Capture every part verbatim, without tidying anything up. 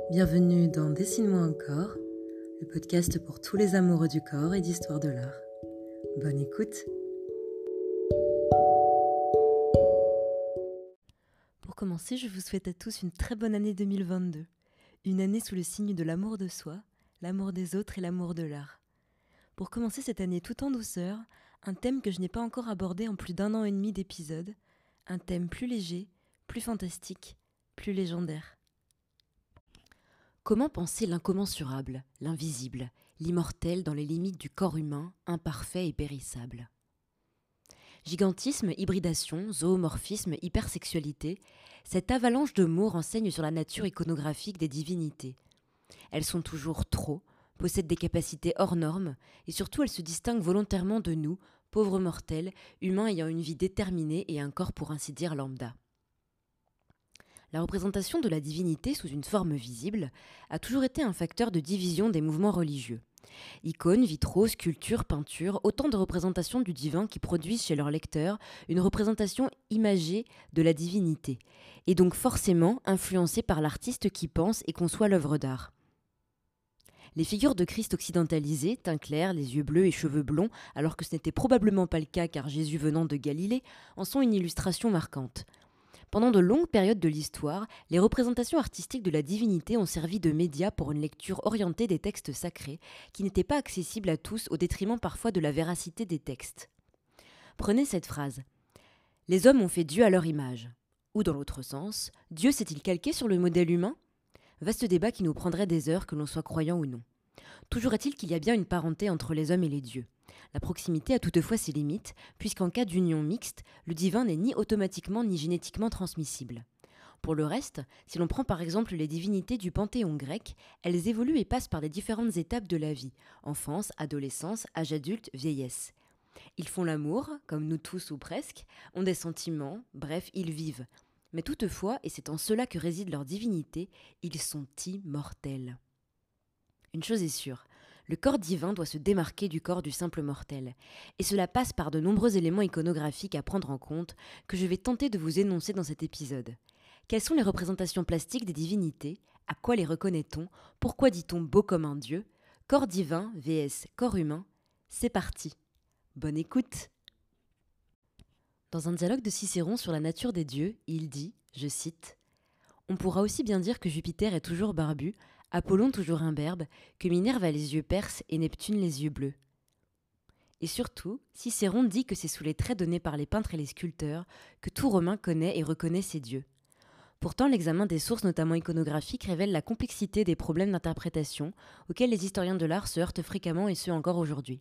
Bienvenue dans Dessine-moi un corps, le podcast pour tous les amoureux du corps et d'histoire de l'art. Bonne écoute. Pour commencer, je vous souhaite à tous une très bonne année deux mille vingt-deux. Une année sous le signe de l'amour de soi, l'amour des autres et l'amour de l'art. Pour commencer cette année tout en douceur, un thème que je n'ai pas encore abordé en plus d'un an et demi d'épisodes, un thème plus léger, plus fantastique, plus légendaire. Comment penser l'incommensurable, l'invisible, l'immortel dans les limites du corps humain, imparfait et périssable ? Gigantisme, hybridation, zoomorphisme, hypersexualité, cette avalanche de mots renseigne sur la nature iconographique des divinités. Elles sont toujours trop, possèdent des capacités hors normes, et surtout elles se distinguent volontairement de nous, pauvres mortels, humains ayant une vie déterminée et un corps pour ainsi dire lambda. La représentation de la divinité sous une forme visible a toujours été un facteur de division des mouvements religieux. Icônes, vitraux, sculptures, peintures, autant de représentations du divin qui produisent chez leurs lecteurs une représentation imagée de la divinité, et donc forcément influencée par l'artiste qui pense et conçoit l'œuvre d'art. Les figures de Christ occidentalisées, teint clair, les yeux bleus et cheveux blonds, alors que ce n'était probablement pas le cas car Jésus venant de Galilée, en sont une illustration marquante. Pendant de longues périodes de l'histoire, les représentations artistiques de la divinité ont servi de médias pour une lecture orientée des textes sacrés, qui n'étaient pas accessibles à tous au détriment parfois de la véracité des textes. Prenez cette phrase. « Les hommes ont fait Dieu à leur image ». Ou dans l'autre sens, « Dieu s'est-il calqué sur le modèle humain ?» Vaste débat qui nous prendrait des heures, que l'on soit croyant ou non. Toujours est-il qu'il y a bien une parenté entre les hommes et les dieux. La proximité a toutefois ses limites, puisqu'en cas d'union mixte, le divin n'est ni automatiquement ni génétiquement transmissible. Pour le reste, si l'on prend par exemple les divinités du panthéon grec, elles évoluent et passent par les différentes étapes de la vie, enfance, adolescence, âge adulte, vieillesse. Ils font l'amour, comme nous tous ou presque, ont des sentiments, bref, ils vivent. Mais toutefois, et c'est en cela que réside leur divinité, ils sont immortels. Une chose est sûre, le corps divin doit se démarquer du corps du simple mortel, et cela passe par de nombreux éléments iconographiques à prendre en compte que je vais tenter de vous énoncer dans cet épisode. Quelles sont les représentations plastiques des divinités ? À quoi les reconnaît-on ? Pourquoi dit-on beau comme un dieu ? Corps divin versus corps humain ? C'est parti. Bonne écoute. Dans un dialogue de Cicéron sur la nature des dieux, il dit, je cite, « On pourra aussi bien dire que Jupiter est toujours barbu, Apollon toujours imberbe, que Minerve a les yeux perses et Neptune les yeux bleus. » Et surtout, Cicéron dit que c'est sous les traits donnés par les peintres et les sculpteurs que tout Romain connaît et reconnaît ces dieux. Pourtant, l'examen des sources, notamment iconographiques, révèle la complexité des problèmes d'interprétation auxquels les historiens de l'art se heurtent fréquemment et ce encore aujourd'hui.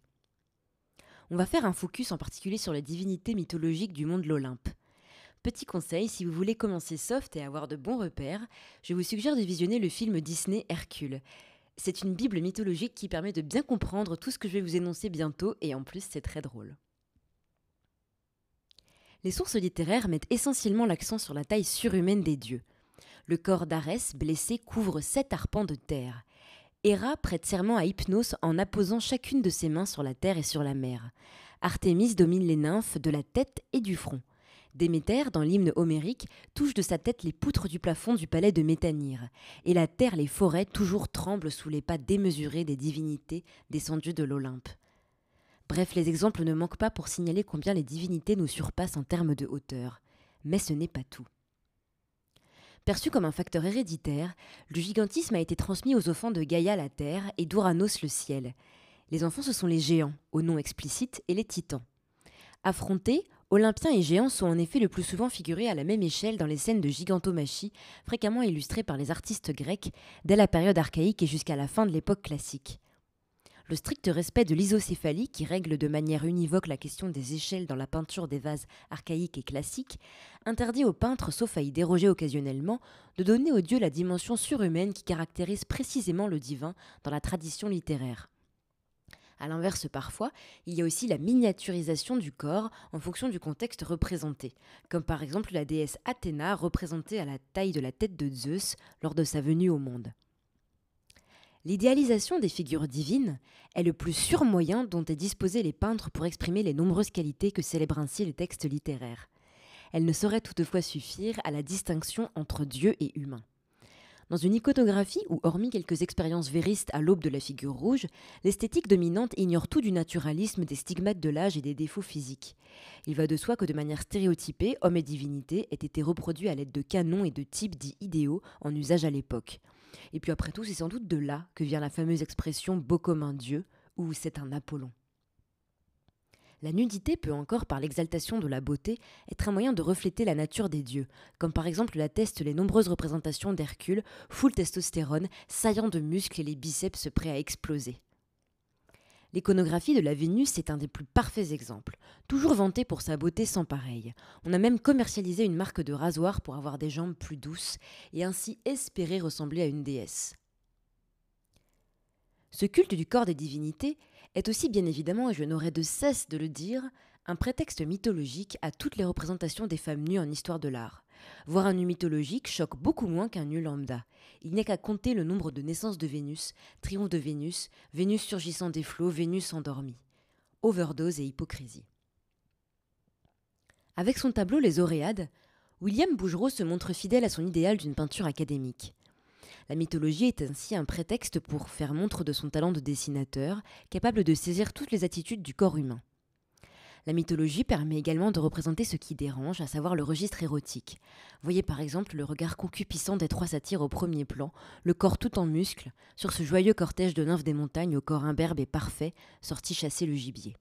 On va faire un focus en particulier sur les divinités mythologiques du monde de l'Olympe. Petit conseil, si vous voulez commencer soft et avoir de bons repères, je vous suggère de visionner le film Disney Hercule. C'est une bible mythologique qui permet de bien comprendre tout ce que je vais vous énoncer bientôt et en plus c'est très drôle. Les sources littéraires mettent essentiellement l'accent sur la taille surhumaine des dieux. Le corps d'Arès, blessé, couvre sept arpents de terre. Héra prête serment à Hypnos en apposant chacune de ses mains sur la terre et sur la mer. Artémis domine les nymphes de la tête et du front. Déméter, dans l'hymne homérique, touche de sa tête les poutres du plafond du palais de Métanire, et la terre, les forêts, toujours tremblent sous les pas démesurés des divinités descendues de l'Olympe. Bref, les exemples ne manquent pas pour signaler combien les divinités nous surpassent en termes de hauteur. Mais ce n'est pas tout. Perçu comme un facteur héréditaire, le gigantisme a été transmis aux enfants de Gaïa la terre et d'Ouranos le ciel. Les enfants, ce sont les géants, au nom explicite, et les titans. Affrontés, Olympiens et géants sont en effet le plus souvent figurés à la même échelle dans les scènes de gigantomachie, fréquemment illustrées par les artistes grecs dès la période archaïque et jusqu'à la fin de l'époque classique. Le strict respect de l'isocéphalie, qui règle de manière univoque la question des échelles dans la peinture des vases archaïques et classiques, interdit aux peintres, sauf à y déroger occasionnellement, de donner aux dieux la dimension surhumaine qui caractérise précisément le divin dans la tradition littéraire. A l'inverse parfois, il y a aussi la miniaturisation du corps en fonction du contexte représenté, comme par exemple la déesse Athéna représentée à la taille de la tête de Zeus lors de sa venue au monde. L'idéalisation des figures divines est le plus sûr moyen dont est disposé les peintres pour exprimer les nombreuses qualités que célèbrent ainsi les textes littéraires. Elle ne saurait toutefois suffire à la distinction entre Dieu et humain. Dans une iconographie où, hormis quelques expériences véristes à l'aube de la figure rouge, l'esthétique dominante ignore tout du naturalisme des stigmates de l'âge et des défauts physiques. Il va de soi que de manière stéréotypée, hommes et divinités aient été reproduits à l'aide de canons et de types dits idéaux en usage à l'époque. Et puis après tout, c'est sans doute de là que vient la fameuse expression « beau comme un dieu » ou « c'est un Apollon ». La nudité peut encore, par l'exaltation de la beauté, être un moyen de refléter la nature des dieux, comme par exemple l'attestent les nombreuses représentations d'Hercule, full testostérone, saillant de muscles et les biceps prêts à exploser. L'iconographie de la Vénus est un des plus parfaits exemples, toujours vantée pour sa beauté sans pareille. On a même commercialisé une marque de rasoir pour avoir des jambes plus douces et ainsi espérer ressembler à une déesse. Ce culte du corps des divinités est aussi bien évidemment, et je n'aurai de cesse de le dire, un prétexte mythologique à toutes les représentations des femmes nues en histoire de l'art. Voir un nu mythologique choque beaucoup moins qu'un nu lambda. Il n'y a qu'à compter le nombre de naissances de Vénus, triomphe de Vénus, Vénus surgissant des flots, Vénus endormie. Overdose et hypocrisie. Avec son tableau Les Oréades, William Bouguereau se montre fidèle à son idéal d'une peinture académique. La mythologie est ainsi un prétexte pour faire montre de son talent de dessinateur, capable de saisir toutes les attitudes du corps humain. La mythologie permet également de représenter ce qui dérange, à savoir le registre érotique. Voyez par exemple le regard concupiscent des trois satyres au premier plan, le corps tout en muscles, sur ce joyeux cortège de nymphes des montagnes au corps imberbe et parfait, sortis chasser le gibier.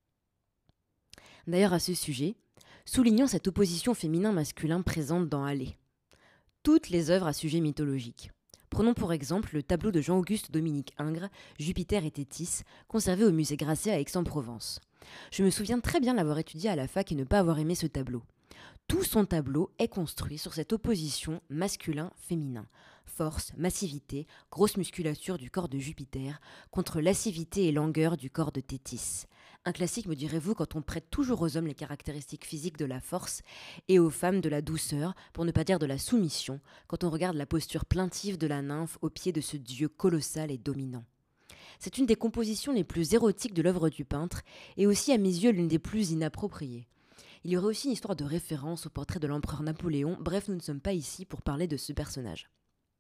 D'ailleurs à ce sujet, soulignons cette opposition féminin-masculin présente dans Allée. Toutes les œuvres à sujet mythologique. Prenons pour exemple le tableau de Jean-Auguste Dominique Ingres, Jupiter et Thétis, conservé au musée Grasset à Aix-en-Provence. Je me souviens très bien l'avoir étudié à la fac et ne pas avoir aimé ce tableau. Tout son tableau est construit sur cette opposition masculin-féminin. Force, massivité, grosse musculature du corps de Jupiter contre lascivité et langueur du corps de Thétis. Un classique, me direz-vous, quand on prête toujours aux hommes les caractéristiques physiques de la force et aux femmes de la douceur, pour ne pas dire de la soumission, quand on regarde la posture plaintive de la nymphe au pied de ce dieu colossal et dominant. C'est une des compositions les plus érotiques de l'œuvre du peintre et aussi à mes yeux l'une des plus inappropriées. Il y aurait aussi une histoire de référence au portrait de l'empereur Napoléon, bref, nous ne sommes pas ici pour parler de ce personnage.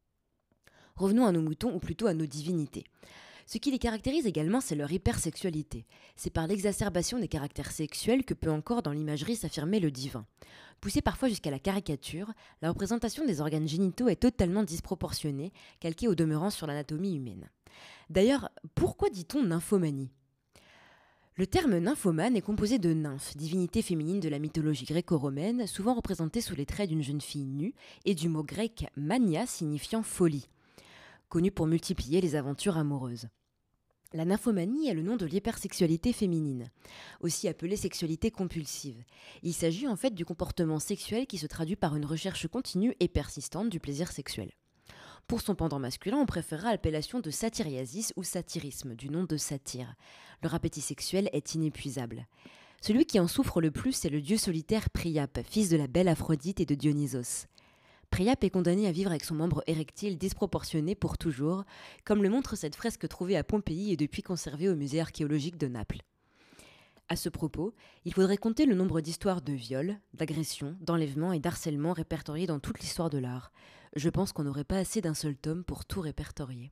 Revenons à nos moutons, ou plutôt à nos divinités. Ce qui les caractérise également, c'est leur hypersexualité. C'est par l'exacerbation des caractères sexuels que peut encore dans l'imagerie s'affirmer le divin. Poussée parfois jusqu'à la caricature, la représentation des organes génitaux est totalement disproportionnée, calquée au demeurant sur l'anatomie humaine. D'ailleurs, pourquoi dit-on nymphomanie ? Le terme nymphomane est composé de nymphes, divinité féminine de la mythologie gréco-romaine, souvent représentée sous les traits d'une jeune fille nue, et du mot grec mania signifiant folie, connu pour multiplier les aventures amoureuses. La nymphomanie est le nom de l'hypersexualité féminine, aussi appelée sexualité compulsive. Il s'agit en fait du comportement sexuel qui se traduit par une recherche continue et persistante du plaisir sexuel. Pour son pendant masculin, on préférera l'appellation de satyriasis ou satyrisme, du nom de satyre. Leur appétit sexuel est inépuisable. Celui qui en souffre le plus est le dieu solitaire Priape, fils de la belle Aphrodite et de Dionysos. Priape est condamné à vivre avec son membre érectile disproportionné pour toujours, comme le montre cette fresque trouvée à Pompéi et depuis conservée au musée archéologique de Naples. À ce propos, il faudrait compter le nombre d'histoires de viols, d'agressions, d'enlèvements et d'harcèlements répertoriées dans toute l'histoire de l'art. Je pense qu'on n'aurait pas assez d'un seul tome pour tout répertorier.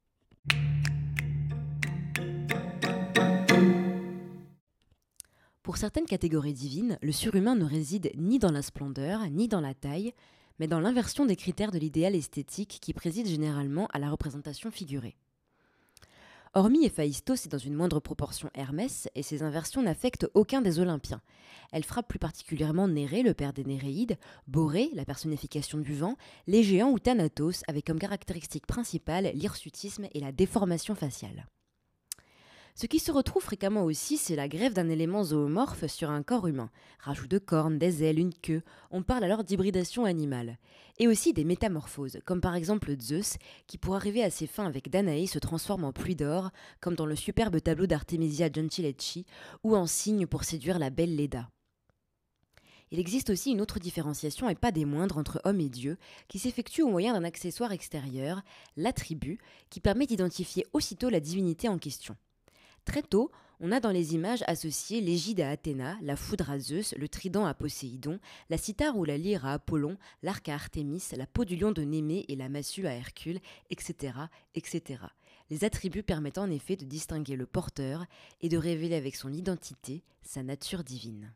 Pour certaines catégories divines, le surhumain ne réside ni dans la splendeur, ni dans la taille, mais dans l'inversion des critères de l'idéal esthétique qui préside généralement à la représentation figurée. Hormis Héphaïstos et dans une moindre proportion Hermès, et ces inversions n'affectent aucun des Olympiens. Elles frappent plus particulièrement Nérée, le père des Néréides, Borée, la personnification du vent, les géants ou Thanatos, avec comme caractéristique principale l'hirsutisme et la déformation faciale. Ce qui se retrouve fréquemment aussi, c'est la greffe d'un élément zoomorphe sur un corps humain. Rajout de cornes, des ailes, une queue. On parle alors d'hybridation animale. Et aussi des métamorphoses, comme par exemple Zeus, qui pour arriver à ses fins avec Danaé se transforme en pluie d'or, comme dans le superbe tableau d'Artemisia Gentileschi, ou en cygne pour séduire la belle Léda. Il existe aussi une autre différenciation, et pas des moindres, entre homme et dieu, qui s'effectue au moyen d'un accessoire extérieur, l'attribut, qui permet d'identifier aussitôt la divinité en question. Très tôt, On a dans les images associé l'égide à Athéna, la foudre à Zeus, le trident à Poséidon, la cithare ou la lyre à Apollon, l'arc à Artémis, la peau du lion de Némée et la massue à Hercule, et cetera, et cetera. Les attributs permettent en effet de distinguer le porteur et de révéler avec son identité sa nature divine.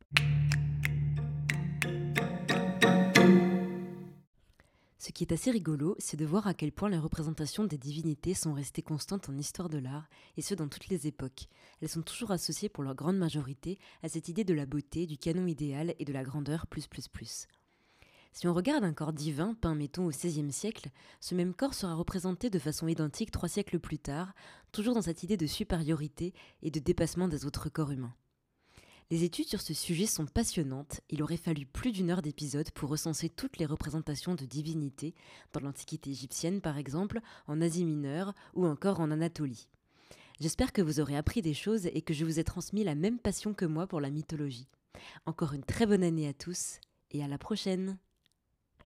Ce qui est assez rigolo, c'est de voir à quel point les représentations des divinités sont restées constantes en histoire de l'art, et ce dans toutes les époques. Elles sont toujours associées pour leur grande majorité à cette idée de la beauté, du canon idéal et de la grandeur plus plus plus. Si on regarde un corps divin peint mettons au seizième siècle, ce même corps sera représenté de façon identique trois siècles plus tard, toujours dans cette idée de supériorité et de dépassement des autres corps humains. Les études sur ce sujet sont passionnantes, il aurait fallu plus d'une heure d'épisode pour recenser toutes les représentations de divinités, dans l'Antiquité égyptienne par exemple, en Asie mineure ou encore en Anatolie. J'espère que vous aurez appris des choses et que je vous ai transmis la même passion que moi pour la mythologie. Encore une très bonne année à tous et à la prochaine!